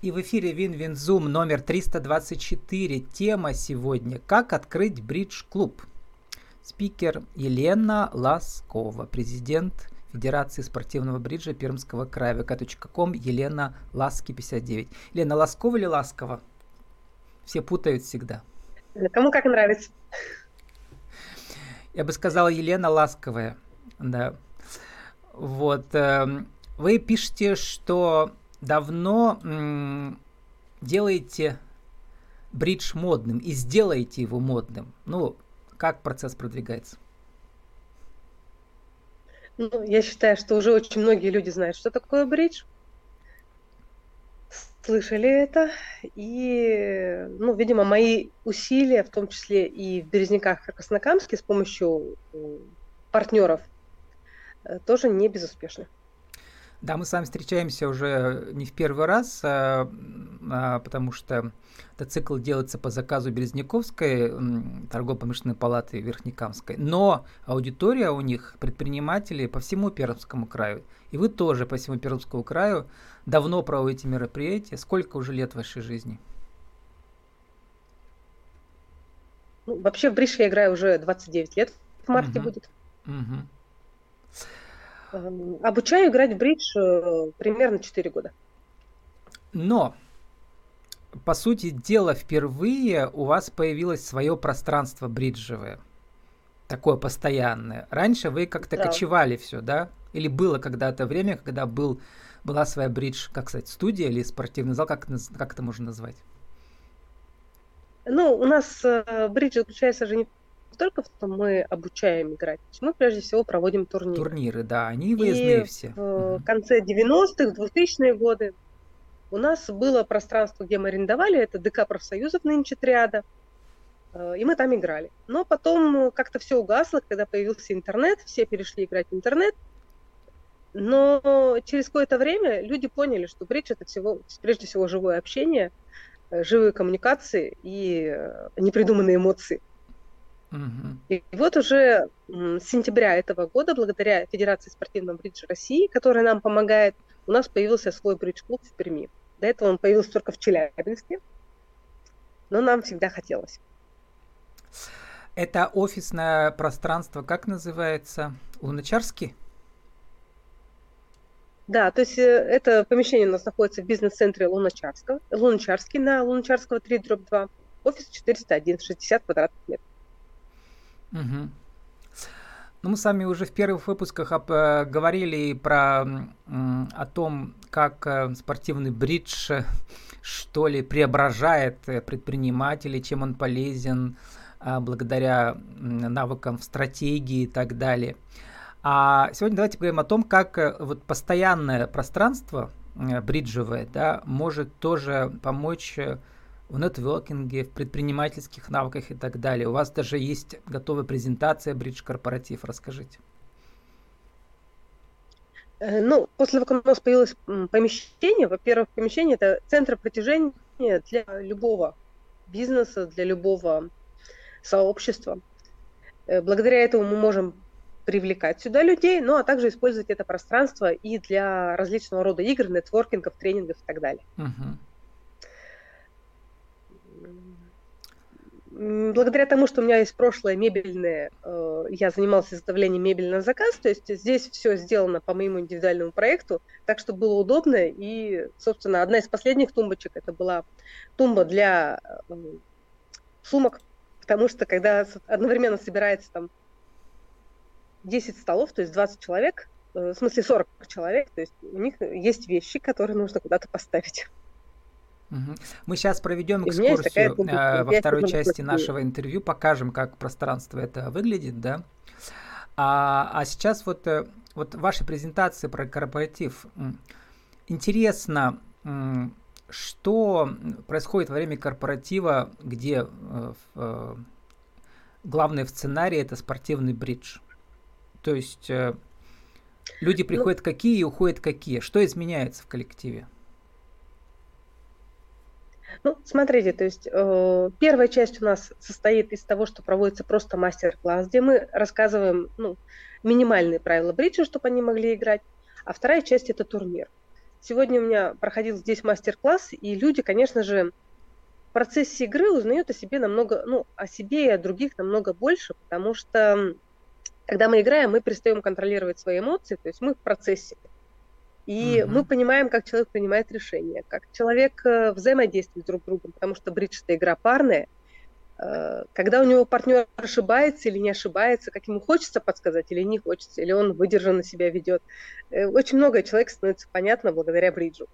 И в эфире Вин-Вин-Зум номер 324. Тема сегодня «Как открыть бридж-клуб». Спикер Елена Ласкова, президент Федерации спортивного бриджа Пермского края, vk.com, Елена Ласки 59. Елена Ласкова или Ласкова? Все путают всегда. Кому как нравится. Я бы сказала Елена Ласковая. Да. Вот. Вы пишете, что давно делаете бридж модным и сделаете его модным. Ну, как процесс продвигается? Ну, я считаю, что уже очень многие люди знают, что такое бридж. Слышали это. И, видимо, мои усилия, в том числе и в Березниках и Краснокамске, с помощью партнеров, тоже не безуспешны. Да, мы с вами встречаемся уже не в первый раз, потому что этот цикл делается по заказу Березняковской торгово-промышленной палаты Верхнекамской. Но аудитория у них предприниматели по всему Пермскому краю. И вы тоже по всему Пермскому краю давно проводите мероприятия. Сколько уже лет в вашей жизни? Вообще в бридж я играю уже 29 лет, в марте будет. Обучаю играть в бридж примерно 4 года. Но, по сути дела, впервые у вас появилось свое пространство бриджевое, такое постоянное. Раньше вы как-то кочевали все, да? Или было когда-то время, когда была своя бридж, как сказать, студия или спортивный зал, как это можно назвать? У нас бридж заключается же не только в том, мы обучаем играть. Мы прежде всего проводим турниры. Турниры, да, они выездные все. В конце 90-х, 2000-е годы у нас было пространство, где мы арендовали, это ДК профсоюзов, нынче триада, и мы там играли. Но потом как-то все угасло, когда появился интернет, все перешли играть в интернет, но через какое-то время люди поняли, что бридж это прежде всего живое общение, живые коммуникации и непридуманные эмоции. И вот уже с сентября этого года, благодаря Федерации спортивного бриджа России, которая нам помогает, у нас появился свой бридж-клуб в Перми. До этого он появился только в Челябинске, но нам всегда хотелось. Это офисное пространство, как называется? Луначарский? Да, то есть это помещение у нас находится в бизнес-центре Луначарский на Луначарского 3/2, офис 401, 60 квадратных метров. Мы с вами уже в первых выпусках говорили о том, как спортивный бридж, что ли, преображает предпринимателей, чем он полезен благодаря навыкам в стратегии и так далее. А сегодня давайте поговорим о том, как вот постоянное пространство бриджевое, да, может тоже помочь в нетворкинге, в предпринимательских навыках и так далее. У вас даже есть готовая презентация бридж-корпоратив. Расскажите. После того, как у нас появилось помещение, во-первых, помещение – это центр притяжения для любого бизнеса, для любого сообщества. Благодаря этому мы можем привлекать сюда людей, а также использовать это пространство и для различного рода игр, нетворкингов, тренингов и так далее. Благодаря тому, что у меня есть прошлое мебельное, я занималась изготовлением мебели на заказ, то есть здесь все сделано по моему индивидуальному проекту, так что было удобно. И, собственно, одна из последних тумбочек, это была тумба для сумок, потому что когда одновременно собирается там 10 столов, то есть 20 человек, в смысле 40 человек, то есть у них есть вещи, которые нужно куда-то поставить. Мы сейчас проведем экскурсию во второй части нашего интервью, покажем, как пространство это выглядит, да. А сейчас вот ваша презентация про корпоратив. Интересно, что происходит во время корпоратива, где главное в сценарии это спортивный бридж. То есть люди приходят какие и уходят какие. Что изменяется в коллективе? Смотрите, то есть первая часть у нас состоит из того, что проводится просто мастер-класс, где мы рассказываем минимальные правила бриджа, чтобы они могли играть, а вторая часть – это турнир. сегодня у меня проходил здесь мастер-класс, и люди, конечно же, в процессе игры узнают о себе намного, ну, о себе и о других намного больше, потому что когда мы играем, мы перестаем контролировать свои эмоции, то есть мы в процессе. И мы понимаем, как человек принимает решения, как человек взаимодействует друг с другом, потому что бридж – это игра парная. Когда у него партнер ошибается или не ошибается, как ему хочется подсказать или не хочется, или он выдержанно себя ведет. Очень многое человеку становится понятно благодаря бриджу.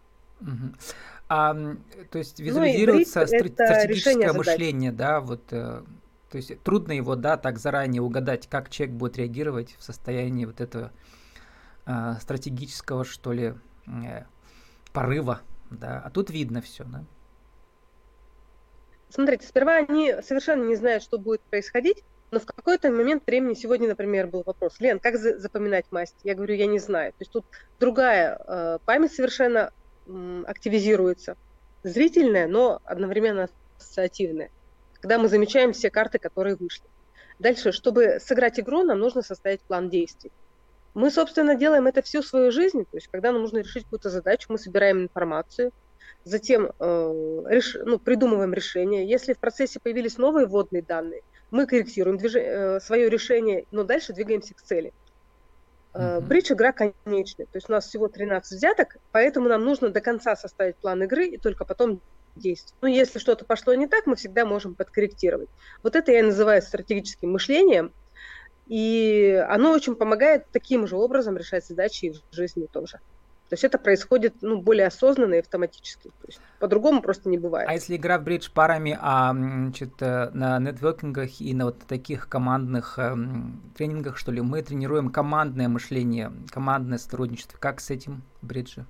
То есть визуализируется стратегическое мышление, да, вот, то есть трудно его, да, так заранее угадать, как человек будет реагировать в состоянии вот этого стратегического, что ли, порыва, да, а тут видно все, да. Смотрите, сперва они совершенно не знают, что будет происходить, но в какой-то момент времени, сегодня, например, был вопрос: Лен, как запоминать масть? Я говорю, я не знаю. То есть тут другая память совершенно активизируется, зрительная, но одновременно ассоциативная, когда мы замечаем все карты, которые вышли. Дальше, чтобы сыграть игру, нам нужно составить план действий. Мы, собственно, делаем это всю свою жизнь, то есть когда нам нужно решить какую-то задачу, мы собираем информацию, затем придумываем решение. Если в процессе появились новые вводные данные, мы корректируем свое решение, но дальше двигаемся к цели. Бридж – игра конечная, то есть у нас всего 13 взяток, поэтому нам нужно до конца составить план игры и только потом действовать. Но если что-то пошло не так, мы всегда можем подкорректировать. Вот это я называю стратегическим мышлением, и оно очень помогает таким же образом решать задачи и в жизни тоже. То есть это происходит более осознанно и автоматически. То есть по-другому просто не бывает. А если игра в бридж парами, на нетворкингах и на вот таких командных тренингах, что ли, мы тренируем командное мышление, командное сотрудничество. Как с этим в бридже?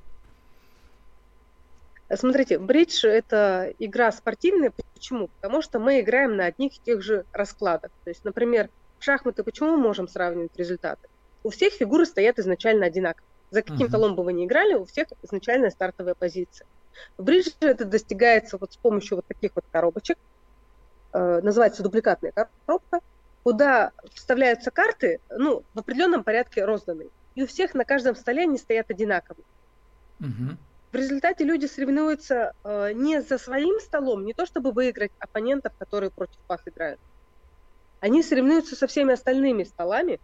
Смотрите, бридж – это игра спортивная. Почему? Потому что мы играем на одних и тех же раскладах. То есть, например, в шахматы почему мы можем сравнивать результаты? У всех фигуры стоят изначально одинаково. За каким столом бы вы ни играли, у всех изначальная стартовая позиция. В бридже это достигается вот с помощью вот таких вот коробочек. Называется дубликатная коробка, куда вставляются карты, в определенном порядке розданные. И у всех на каждом столе они стоят одинаково. В результате люди соревнуются не за своим столом, не то чтобы выиграть оппонентов, которые против вас играют. Они соревнуются со всеми остальными столами,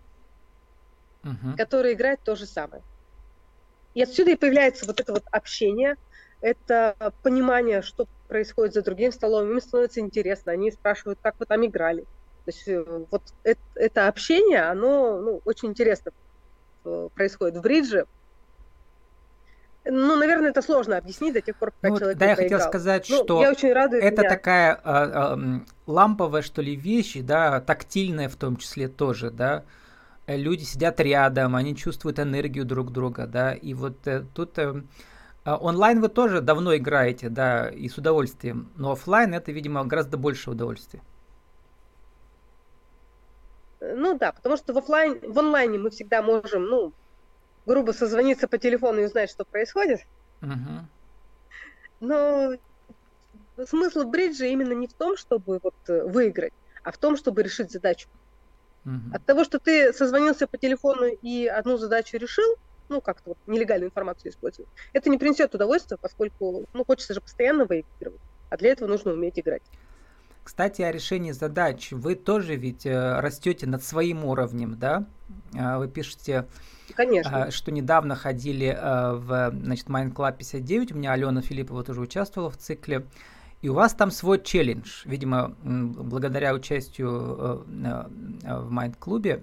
которые играют то же самое. И отсюда и появляется вот это вот общение, это понимание, что происходит за другим столом. Им становится интересно, они спрашивают, как вы там играли. То есть вот это общение, оно очень интересно происходит в бридже. Наверное, это сложно объяснить до тех пор, пока человек не я поиграл. хотел сказать, что я очень рада, это такая ламповая, что ли, вещь, да, тактильная в том числе тоже, да. Люди сидят рядом, они чувствуют энергию друг друга, да, и вот тут онлайн вы тоже давно играете, да, и с удовольствием, но офлайн это, видимо, гораздо больше удовольствия. Да, потому что в онлайне мы всегда можем, грубо созвониться по телефону и узнать, что происходит. Но смысл бриджа именно не в том, чтобы выиграть, а в том, чтобы решить задачу. От того, что ты созвонился по телефону и одну задачу решил, как-то нелегальную информацию использовать, это не принесет удовольствия, поскольку, хочется же постоянно выигрывать, а для этого нужно уметь играть. Кстати, о решении задач. Вы тоже ведь растете над своим уровнем, да? Вы пишете, конечно, что недавно ходили в, Mind Club 59, у меня Алена Филиппова тоже участвовала в цикле, и у вас там свой челлендж, видимо, благодаря участию в Mind-клубе,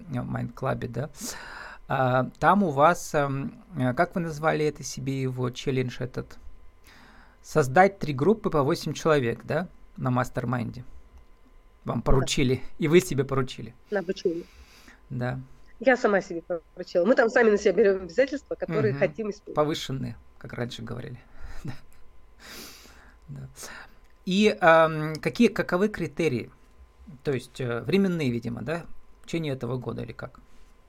да, там у вас, как вы назвали это себе, его челлендж этот, создать 3 группы по 8 человек, да, на мастер-майнде. Вам поручили, да. И вы себе поручили. На обучение. Да. Я сама себе поручила. Мы там сами на себя берем обязательства, которые хотим исполнить. Повышенные, как раньше говорили. Да. И каковы критерии? То есть временные, видимо, да? В течение этого года или как?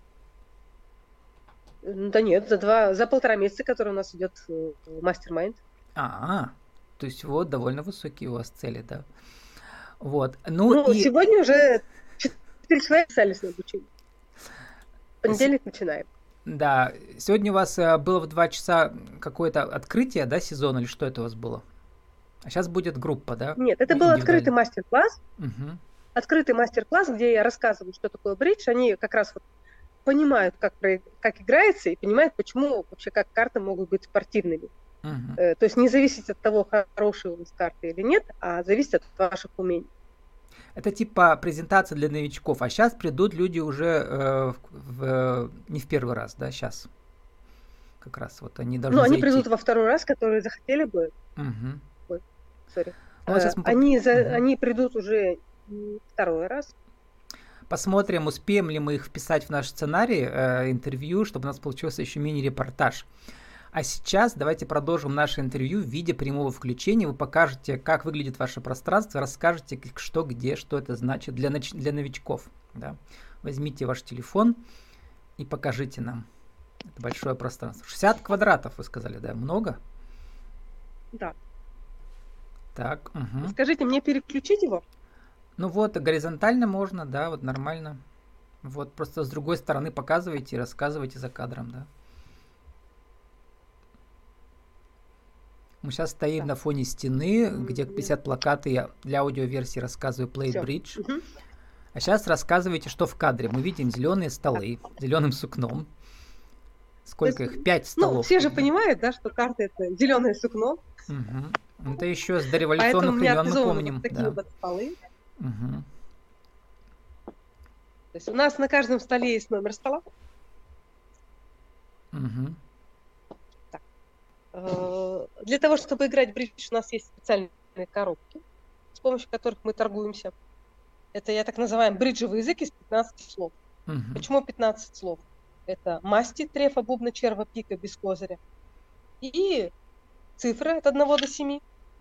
Да нет, за 1,5 месяца, который у нас идет мастер-майнд. То есть вот довольно высокие у вас цели, да? Вот. Сегодня уже 4 человека писались на обучение. В понедельник начинаем. Да, сегодня у вас было в 2 часа какое-то открытие, да, сезона, или что это у вас было? А сейчас будет группа, да? Нет, это был Индивидуально. Мгм. Открытый мастер-класс, где я рассказываю, что такое бридж. Они как раз вот понимают, как играется, и понимают, почему вообще как карты могут быть спортивными. Мгм. То есть не зависит от того, хорошие у вас карты или нет, а зависит от ваших умений. Это типа презентация для новичков, а сейчас придут люди уже не в первый раз, да, сейчас как раз вот они должны Ну, они зайти. придут во второй раз, которые захотели бы. Мгм. Ой, сори. Ну, вот сейчас мы Мгм. Они придут уже второй раз. Посмотрим, успеем ли мы их вписать в наш сценарий интервью, чтобы у нас получился еще мини-репортаж. А сейчас давайте продолжим наше интервью в виде прямого включения. Вы покажете, как выглядит ваше пространство, расскажете, что, где, что это значит для новичков. Да? Возьмите ваш телефон и покажите нам это большое пространство. 60 квадратов, вы сказали, да? Много? Да. Так, угу. Скажите, мне переключить его? Ну вот, горизонтально можно, да, вот нормально. Вот, просто с другой стороны показывайте и рассказывайте за кадром, да. Мы сейчас стоим на фоне стены, где висят плакаты. Я для аудиоверсии рассказываю Play Bridge. Угу. А сейчас рассказывайте, что в кадре. Мы видим зеленые столы с зеленым сукном. Сколько их? 5 столов. Ну, все же понимают, да, что карта это зеленое сукно. Угу. Это еще с дореволюционных времен мы помним. Вот такие вот столы. Угу. То есть у нас на каждом столе есть номер стола. Угу. Для того, чтобы играть в бридж, у нас есть специальные коробки, с помощью которых мы торгуемся. Это, я так называем, бриджевый язык из 15 слов. Почему 15 слов? Это масти, трефа, бубна, черва, пика, без козыря. И цифры от 1 до 7.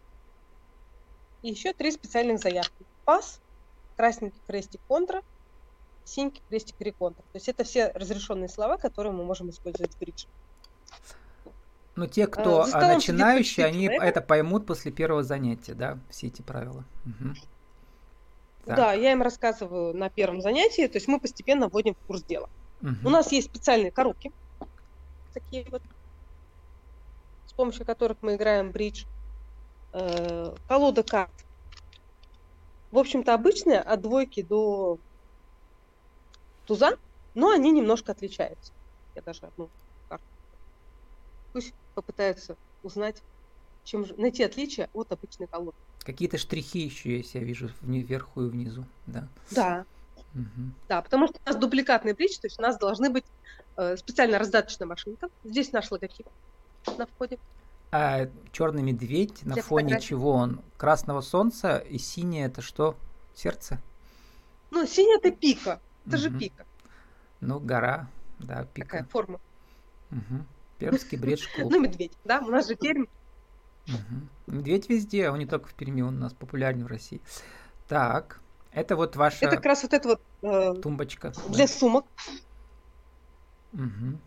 И еще 3 специальных заявки. Пас, красненький крестик контра, синенький крестик реконтра. То есть это все разрешенные слова, которые мы можем использовать в бридж. Но те, кто начинающие, они это поймут после первого занятия, да, все эти правила. Угу. Да, я им рассказываю на первом занятии, то есть мы постепенно вводим в курс дела. Угу. У нас есть специальные коробки, такие вот, с помощью которых мы играем в бридж. Колода карт. В общем-то, обычная, от двойки до туза, но они немножко отличаются. Я даже одну карту. Пусть попытаются узнать, найти отличия от обычной колоды. Какие-то штрихи еще есть, я вижу, вверху и внизу, да? Да. Угу. Да, потому что у нас дубликатный бридж, то есть у нас должны быть специально раздаточная машинка. Здесь наш логотип на входе. А черный медведь, на фоне чего он? Красного солнца, и синее это что? Сердце? Ну, синее это пика. Это же пика. Ну, гора, да, пика. Такая форма. Угу. Пермский бридж-клуб. Ну, медведь, да, у нас же Пермь. Медведь везде, он не только в Перми, он у нас популярен в России. Так, это вот ваша... Это как раз вот эта вот тумбочка. Для сумок. Угу.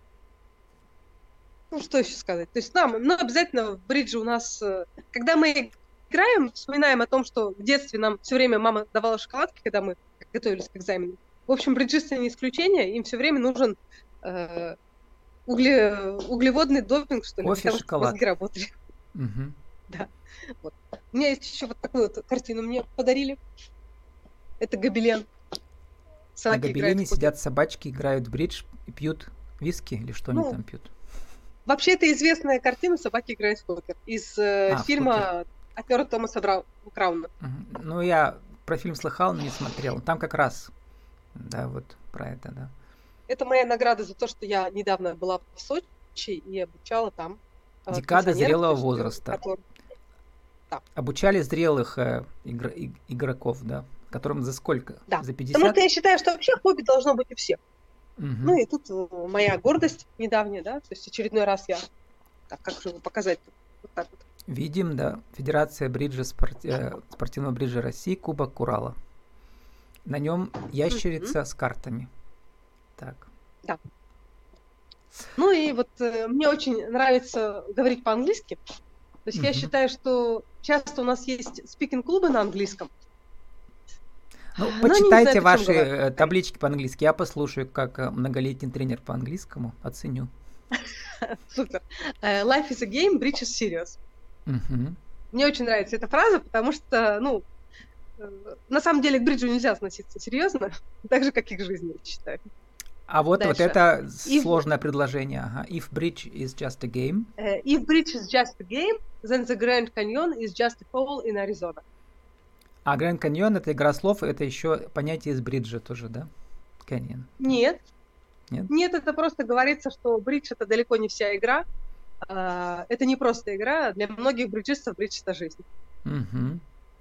Ну, что еще сказать? То есть обязательно в бридже у нас, когда мы играем, вспоминаем о том, что в детстве нам все время мама давала шоколадки, когда мы готовились к экзамену. В общем, бриджисты не исключение, им все время нужен углеводный допинг, что ли, кофе, потому шоколад. Что мозги работали. Угу. Да. Вот. У меня есть еще вот такую вот картину, мне подарили. Это гобелен. На гобелене сидят собачки, играют в бридж и пьют виски, или что они там пьют? Вообще, это известная картина «Собаки играют в покер» из фильма актера Томаса Крауна. Угу. Ну, я про фильм слыхал, но не смотрел. Там как раз, да, вот про это, да. Это моя награда за то, что я недавно была в Сочи и обучала там декада зрелого возраста. Да. Обучали зрелых игроков, да? Которым за сколько? Да. За 50? Потому что я считаю, что вообще хобби должно быть у всех. Угу. Ну и тут моя гордость недавняя, да, то есть очередной раз я, как же его показать, вот так вот. Видим, да, Федерация бриджа, спортивного бриджа России, Кубок Урала. На нем ящерица с картами. Так. Да. Ну и вот мне очень нравится говорить по-английски. То есть я считаю, что часто у нас есть спикинг-клубы на английском. Ну, Но они не почитайте знают, о чем ваши говорят. таблички по-английски. Я послушаю, как многолетний тренер по английскому, оценю. Супер. Life is a game, bridge is serious. Мгм. Мне очень нравится эта фраза, потому что, ну, на самом деле к бриджу нельзя относиться серьезно, так же, как и к жизни, я считаю. А вот Дальше. это If, сложное предложение. Ага. If bridge is just a game. if bridge is just a game, then the Grand Canyon is just a hole in Arizona. А Grand Canyon — это игра слов, это еще понятие из бриджа тоже, да? Canyon. Нет. Нет? Нет, это просто говорится, что бридж — это далеко не вся игра. Это не просто игра. Для многих бриджистов бридж — это жизнь. Угу.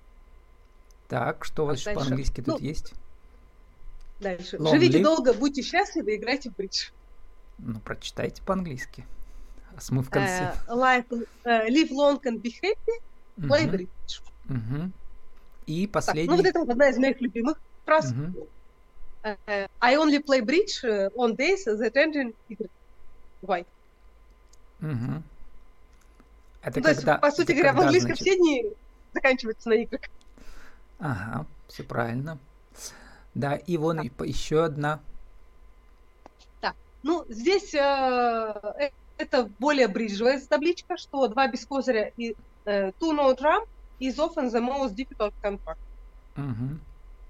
Так, что у вас еще Дальше. по-английски Ну, тут есть? Дальше. Long Живите live. долго, будьте счастливы, играйте в бридж. Ну, прочитайте по-английски. А мы в конце. Live long and be happy, play Мгм. bridge. Мгм. И Так, ну вот последний. это вот одна из моих любимых фраз. Мгм. I only play bridge on days that end in Y. Мгм. Это Ну, то есть, когда, по сути это говоря, в когда, английском значит? все дни заканчиваются на Y. Ага, все правильно. Да, и вон еще одна. Так, ну, здесь это более бриджевая табличка, что 2 без козыря и two no trump is often the most difficult contract. Мгм.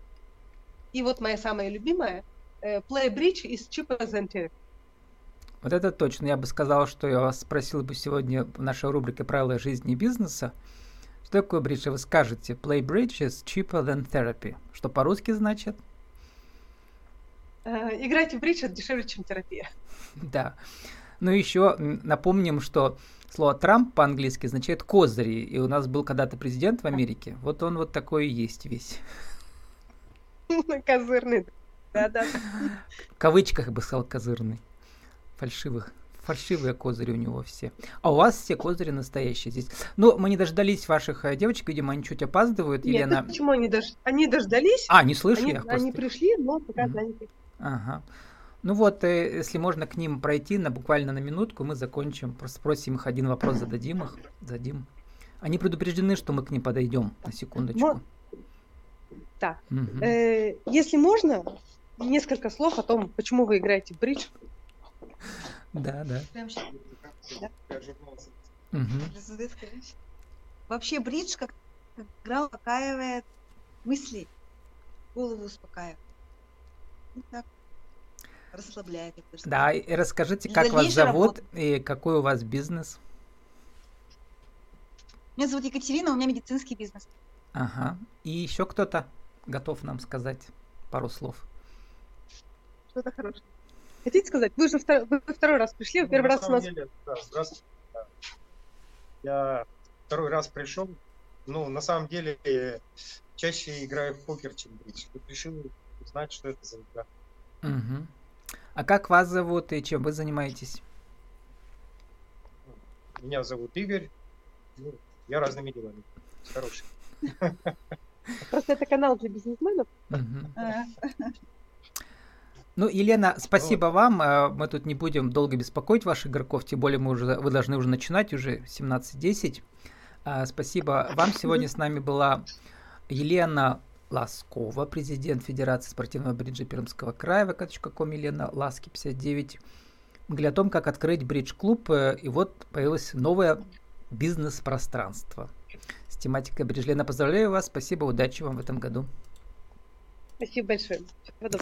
И вот моя самая любимая, play bridge is cheaper than therapy. Вот это точно. Я бы сказал, что я вас спросил бы сегодня в нашей рубрике «Правила жизни и бизнеса». Что такое бридж? Вы скажете «Play bridge is cheaper than therapy». Что по-русски значит? Играть в бридж это дешевле, чем терапия. Да. Ну еще напомним, что слово «Трамп» по-английски означает «козыри». И у нас был когда-то президент в Америке. Вот он вот такой и есть весь. Козырный. Да-да. В кавычках, я бы сказал, козырный. Фальшивые козыри у него все. А у вас все козыри настоящие здесь. Ну, мы не дождались ваших девочек, видимо, они чуть опаздывают. Нет, Елена... почему они дождались? А, не слышу я их просто. Они пришли, но пока Мгм. заняты. Ага. Ну вот, если можно к ним пройти буквально на минутку, мы закончим. Просто спросим их один вопрос, зададим. Они предупреждены, что мы к ним подойдем на секундочку. Так, Мгм. если можно, несколько слов о том, почему вы играете в бридж. Да. Прям щас. Мгм. Вообще бридж как игра успокаивает мысли, голову успокаивает. Вот так. Расслабляет, я бы даже Да, сказала. и расскажите, Для как вас дальнейшей зовут работы. и какой у вас бизнес? Меня зовут Екатерина, у меня медицинский бизнес. Ага. И еще кто-то готов нам сказать пару слов? Что-то хорошее. Хотите сказать? Вы же вы второй раз пришли, вы первый на раз у самом нас... деле, да, здравствуйте. Да. Я второй раз пришел. Ну, на самом деле, чаще играю в покер, чем в бридж. Тут решил узнать, что это за игра. Мгм. А как вас зовут и чем вы занимаетесь? Меня зовут Игорь. Ну, я разными делами. Хороший. Просто это канал для бизнесменов. Мгм. А, Ну, Елена, спасибо вам. Мы тут не будем долго беспокоить ваших игроков, тем более вы должны уже начинать, уже 17:10. Спасибо вам. Сегодня с нами была Елена Ласкова, президент Федерации спортивного бриджа Пермского края, vk.com, Елена Ласки 59. Мы говорили о том, как открыть бридж-клуб, и вот появилось новое бизнес-пространство с тематикой бридж. Лена, поздравляю вас, спасибо, удачи вам в этом году. Спасибо большое. Всего доброго.